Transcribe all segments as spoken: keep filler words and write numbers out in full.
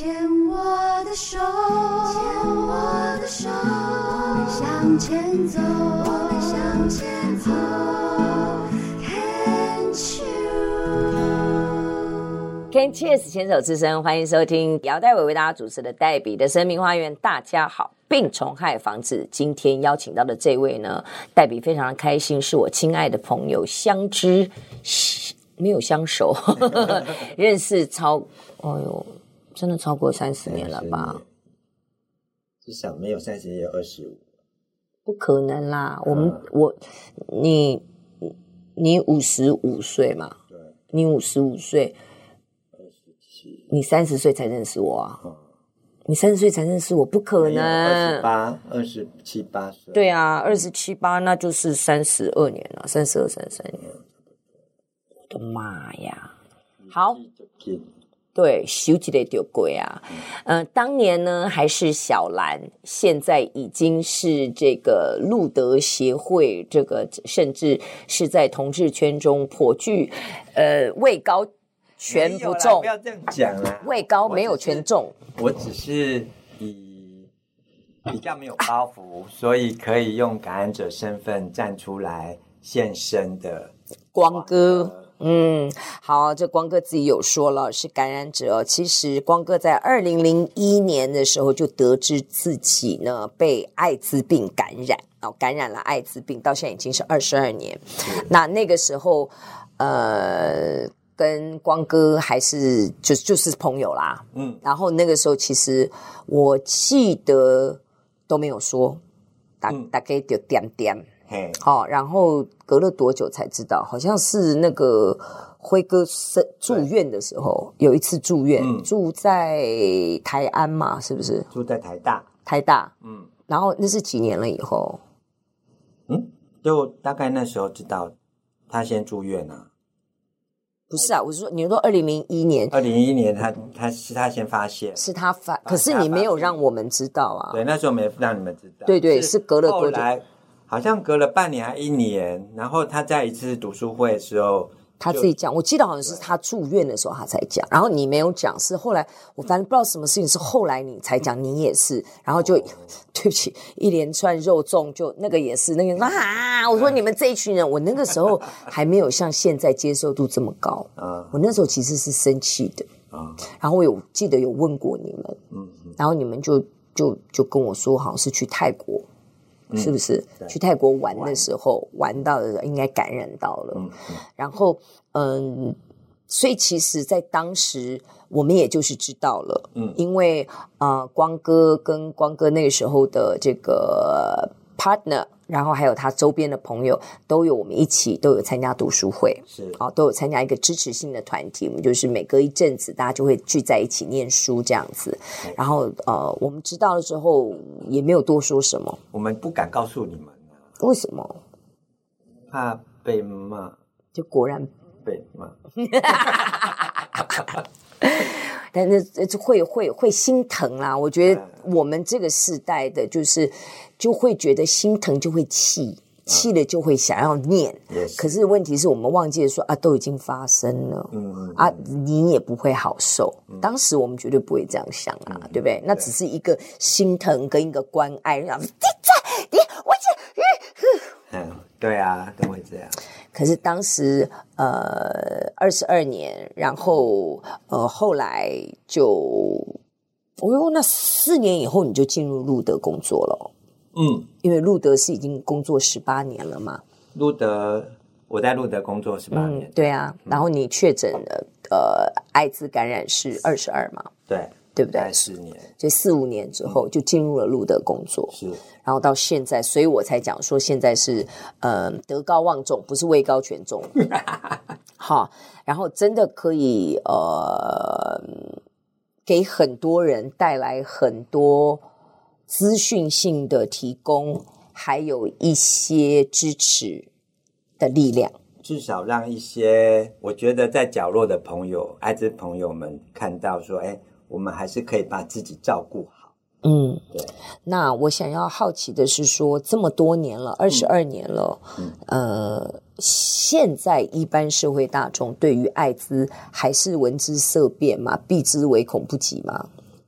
牵我的手，牵我的手，我们向前走，我们向前走。 Can Cheers 牵手之声，欢迎收听姚代伟为大家主持的黛比的生命花园。大家好，病虫害防治，今天邀请到的这位呢，黛比非常的开心，是我亲爱的朋友，相知没有相熟，认识超，哦呦，真的超过三十年了吧？ 至少没有三十，也有二十五。 不可能啦，我们、嗯、我你你五十五岁嘛？对，你五十五岁。你三十岁才认识我啊？嗯、你三十岁才认识我，不可能。 二十八、二十七八岁。 对啊，二十七八，那就是三十二年了，三十二、三十三年。我的妈呀！好，对，修几类丢贵啊。嗯、呃，当年呢还是小兰，现在已经是这个路德协会，这个甚至是在同志圈中颇具呃位高。全不中， 不要这样讲啦。 位高没有全中， 我只是以比较没有包袱，所以可以用感染者身份站出来现身的光哥。嗯，好，这光哥自己有说了是感染者。其实光哥在二零零一年的时候就得知自己呢被艾滋病感染，哦，感染了艾滋病，到现在已经是二十二年。那那个时候，呃。跟光哥还是就就是朋友啦，嗯，然后那个时候其实我记得都没有说，大、嗯、大概就点点，嘿，好、哦，然后隔了多久才知道？好像是那个辉哥住院的时候，有一次住院，嗯、住在台安嘛，是不是？ 住在台大， 台大，嗯，然后那是几年了以后？ 嗯，就大概那时候知道他先住院啊。 不是啊，我是说，你说二零零一年， 二零零一年他他是他先发现， 是他发，可是你没有让我们知道啊。 对，那时候没让你们知道。 对对，是, 是隔了多久？ 后来好像隔了半年还一年，然后他在一次读书会的时候， 他自己讲，我记得好像是他住院的时候他才讲，然后你没有讲，是后来我反正不知道什么事情是后来你才讲，你也是，然后就、哦、对不起，一连串肉粽就那个也是那个啊，我说你们这一群人，我那个时候还没有像现在接受度这么高，啊、我那时候其实是生气的，啊、然后我有记得有问过你们，嗯，然后你们就就就跟我说好像是去泰国。是不是、嗯、去泰国玩的时候玩到的应该感染到了、嗯嗯、然后嗯所以其实在当时我们也就是知道了、嗯、因为呃光哥跟光哥那个时候的这个 partner， 然后还有他周边的朋友都有我们一起都有参加读书会， 是、 哦、都有参加一个支持性的团体，我们就是每隔一阵子大家就会聚在一起念书这样子，然后呃我们知道了之后也没有多说什么， 我们不敢告诉你们、啊、 为什么？ 怕被骂， 就果然被骂但是会会会心疼啦，我觉得我们这个世代的就是就会觉得心疼，就会气，气了就会想要念、yes. 可是问题是我们忘记了说啊，都已经发生了，嗯啊，你也不会好受、嗯、当时我们绝对不会这样想啊、嗯、对不对？那只是一个心疼跟一个关爱，你你我这嗯对啊，都会这样。 可是当时呃二十二年，然后呃后来就，哦哟，那四年以后你就进入路德工作了。嗯，因为路德是已经工作十八年了嘛。 路德，我在路德工作十八年、 嗯。对啊，然后你确诊了呃艾滋感染是二十二嘛？ 对。 对不对？ 大四年， 所以四五年之后就进入了路德工作， 是， 然后到现在，所以我才讲说现在是呃德高望重，不是位高权重，好，然后真的可以呃给很多人带来很多资讯性的提供，还有一些支持的力量。 至少让一些我觉得在角落的朋友、艾滋朋友们看到说，哎，我们还是可以把自己照顾好。 嗯，对。那我想要好奇的是说，这么多年了，二十二年了，嗯，呃，现在一般社会大众对于艾滋还是闻之色变嘛，避之唯恐不及嘛？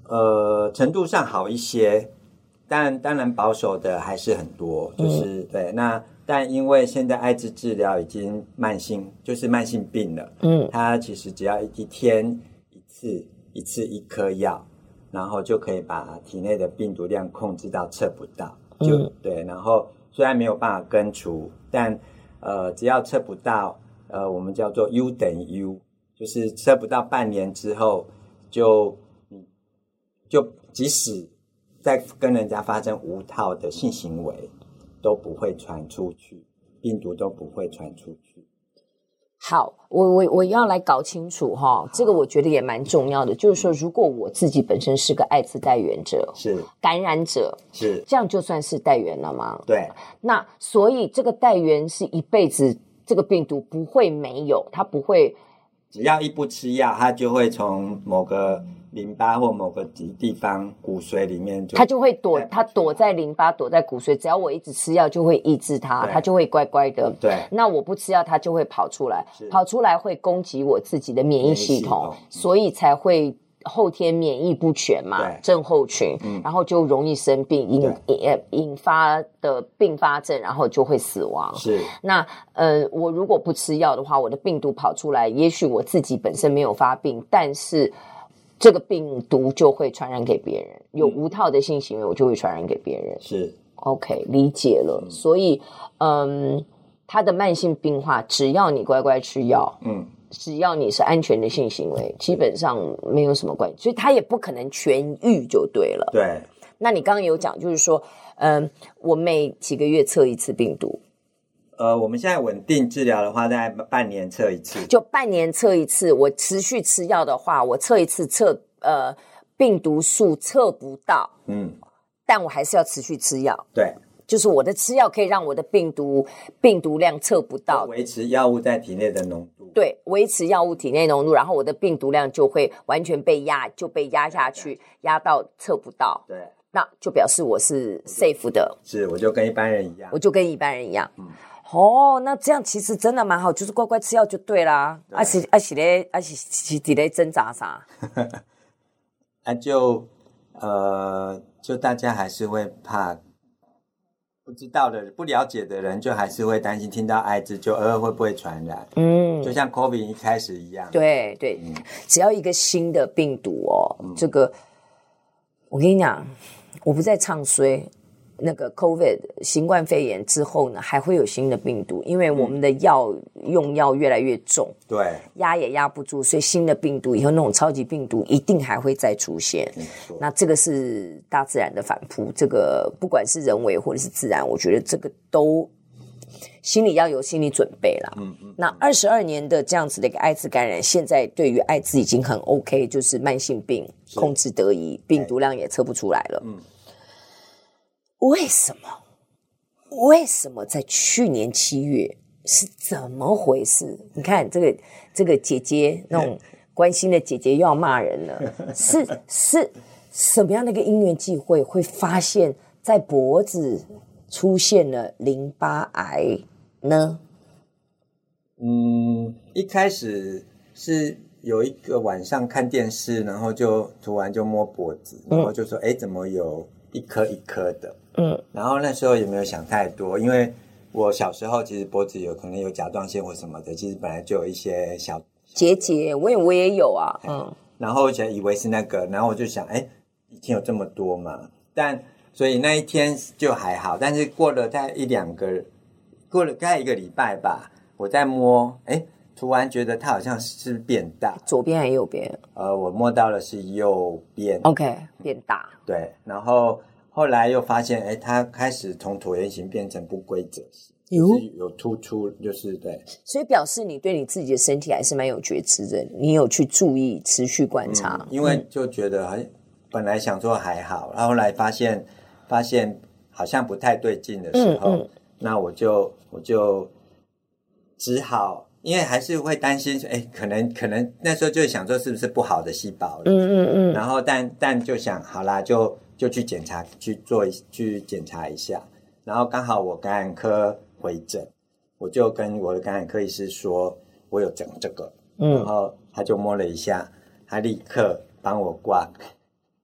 呃，程度上好一些，但当然保守的还是很多，就是、嗯、对那。但因为现在艾滋治疗已经慢性，就是慢性病了，嗯，它其实只要一天一次，一次一颗药，然后就可以把体内的病毒量控制到测不到，就、嗯、对。然后虽然没有办法根除，但呃，只要测不到，呃，我们叫做 U 等于 U， 就是测不到半年之后，就就即使在跟人家发生无套的性行为。都不会传出去，病毒都不会传出去。 好，我我我要来搞清楚哈，这个我觉得也蛮重要的，就是说，如果我自己本身是个艾滋带源者， 是感染者， 是这样就算是带源了吗？ 对。 那所以这个带源是一辈子，这个病毒不会没有，它不会， 只要一不吃药，它就会从某个淋巴或某个地方骨髓里面就， 它就会躲，它躲在淋巴，躲在骨髓。只要我一直吃药，就会抑制它，它就会乖乖的。 对， 那我不吃药，它就会跑出来，跑出来会攻击我自己的免疫系统，系统所以才会后天免疫不全嘛，症候群、嗯，然后就容易生病，引引发的并发症，然后就会死亡。 是， 那呃，我如果不吃药的话，我的病毒跑出来，也许我自己本身没有发病，但是这个病毒就会传染给别人，有无套的性行为，我就会传染给别人。 是 ，OK， 理解了。嗯、所以，嗯，它的慢性病化，只要你乖乖吃药，嗯，只要你是安全的性行为，基本上没有什么关系，所以它也不可能痊愈就对了。 对。 那你刚刚有讲，就是说，嗯，我每几个月测一次病毒。 呃，我们现在稳定治疗的话，大概半年测一次， 就半年测一次。我持续吃药的话，我测一次测呃病毒数测不到，嗯，但我还是要持续吃药。 对， 就是我的吃药可以让我的病毒病毒量测不到， 维持药物在体内的浓度。 对，维持药物体内浓度，然后我的病毒量就会完全被压，就被压下去，压到测不到。 对， 那就表示我是 safe 的。 是，我就跟一般人一样， 我就跟一般人一样。嗯。哦，那这样其实真的蛮好，就是乖乖吃药就对啦。对啊是啊是咧啊是是伫咧挣扎啥？ 啊就呃就大家还是会怕，不知道的不了解的人就还是会担心，听到艾滋就呃会不会传染？嗯，就像 COVID 一开始一样。 对对、嗯，只要一个新的病毒哦，嗯、这个我跟你讲，我不在唱衰。那个 COVID 新冠肺炎之后呢，还会有新的病毒，因为我们的药、嗯、用药越来越重， 对， 压也压不住，所以新的病毒以后那种超级病毒一定还会再出现。那这个是大自然的反扑，这个不管是人为或者是自然，我觉得这个都心里要有心理准备啦。嗯嗯。那二十二年的这样子的一个艾滋感染，现在对于艾滋已经很 OK， 就是慢性病控制得宜，病毒量也测不出来了。嗯。为什么？为什么在去年七月是怎么回事？你看这个这个姐姐那种关心的姐姐又要骂人了，是是什么样的一个因缘际会，会发现在脖子出现了淋巴癌呢？ 嗯，一开始是有一个晚上看电视，然后就突然就摸脖子，然后就说：“哎、嗯，怎么有一颗一颗的？”嗯，然后那时候也没有想太多，因为我小时候其实脖子有可能有甲状腺或什么的，其实本来就有一些小结节，我也我也有啊，嗯， 然后就以为是那个，然后我就想，哎，以前有这么多嘛，但所以那一天就还好，但是过了大概一两个，过了大概一个礼拜吧，我在摸，哎，突然觉得它好像是变大， 左边还是右边？ 呃，我摸到的是右边 ，OK， 变大， 对，然后。后来又发现，哎，它开始从椭圆形变成不规则形，就是有突出，就是对。 所以表示你对你自己的身体还是蛮有觉知的，你有去注意、持续观察。 嗯、因为就觉得，哎、嗯，本来想说还好，然后后来发现，发现好像不太对劲的时候，嗯嗯、那我就我就只好，因为还是会担心，哎，可能可能那时候就想说是不是不好的细胞了，嗯嗯嗯。然后但但就想，好啦，就。就去检查，去做去检查一下，然后刚好我感染科回诊，我就跟我的感染科医师说，我有整这个，嗯，然后他就摸了一下，他立刻帮我挂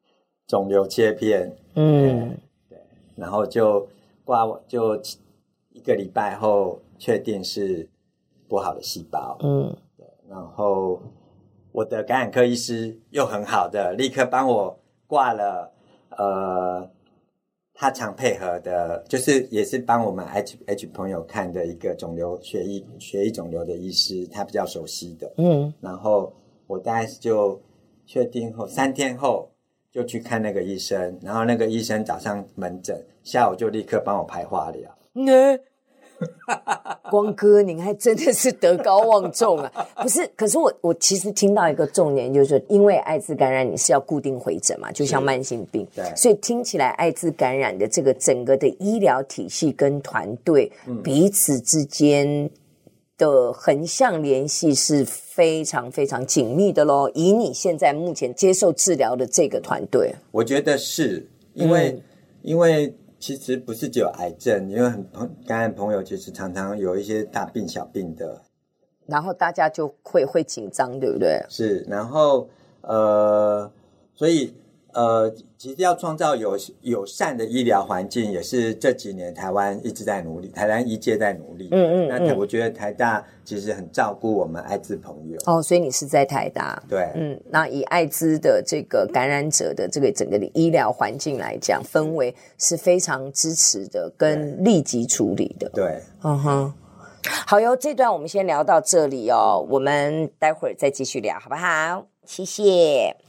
肿瘤切片，嗯，对，然后就挂就一个礼拜后确定是不好的细胞，嗯，对，然后我的感染科医师又很好的，立刻帮我挂了，呃。他常配合的，就是也是帮我们 H H 朋友看的一个肿瘤血液血液肿瘤的医师，他比较熟悉的。嗯，然后我大概就确定后三天后就去看那个医生，然后那个医生早上门诊，下午就立刻帮我排化疗。 嗯光哥，您还真的是德高望重啊！不是，可是我我其实听到一个重点，就是说，因为艾滋感染你是要固定回诊嘛，就像慢性病， 对， 所以听起来艾滋感染的这个整个的医疗体系跟团队、嗯、彼此之间的横向联系是非常非常紧密的咯。以你现在目前接受治疗的这个团队， 我觉得是因为、嗯、因为。其实不是只有癌症，因为很感染朋友其实常常有一些大病小病的， 然后大家就会会紧张，对不对？ 是，然后呃，所以呃，其实要创造友友善的医疗环境，也是这几年台湾一直在努力，台湾医界在努力。嗯嗯, 嗯那我觉得台大其实很照顾我们艾滋朋友。 哦，所以你是在台大？ 对， 嗯，那以艾滋的这个感染者的这个整个的医疗环境来讲，氛围是非常支持的，跟立即处理的。 对， 嗯哼。好哟，这段我们先聊到这里哦，我们待会儿再继续聊，好不好？谢谢。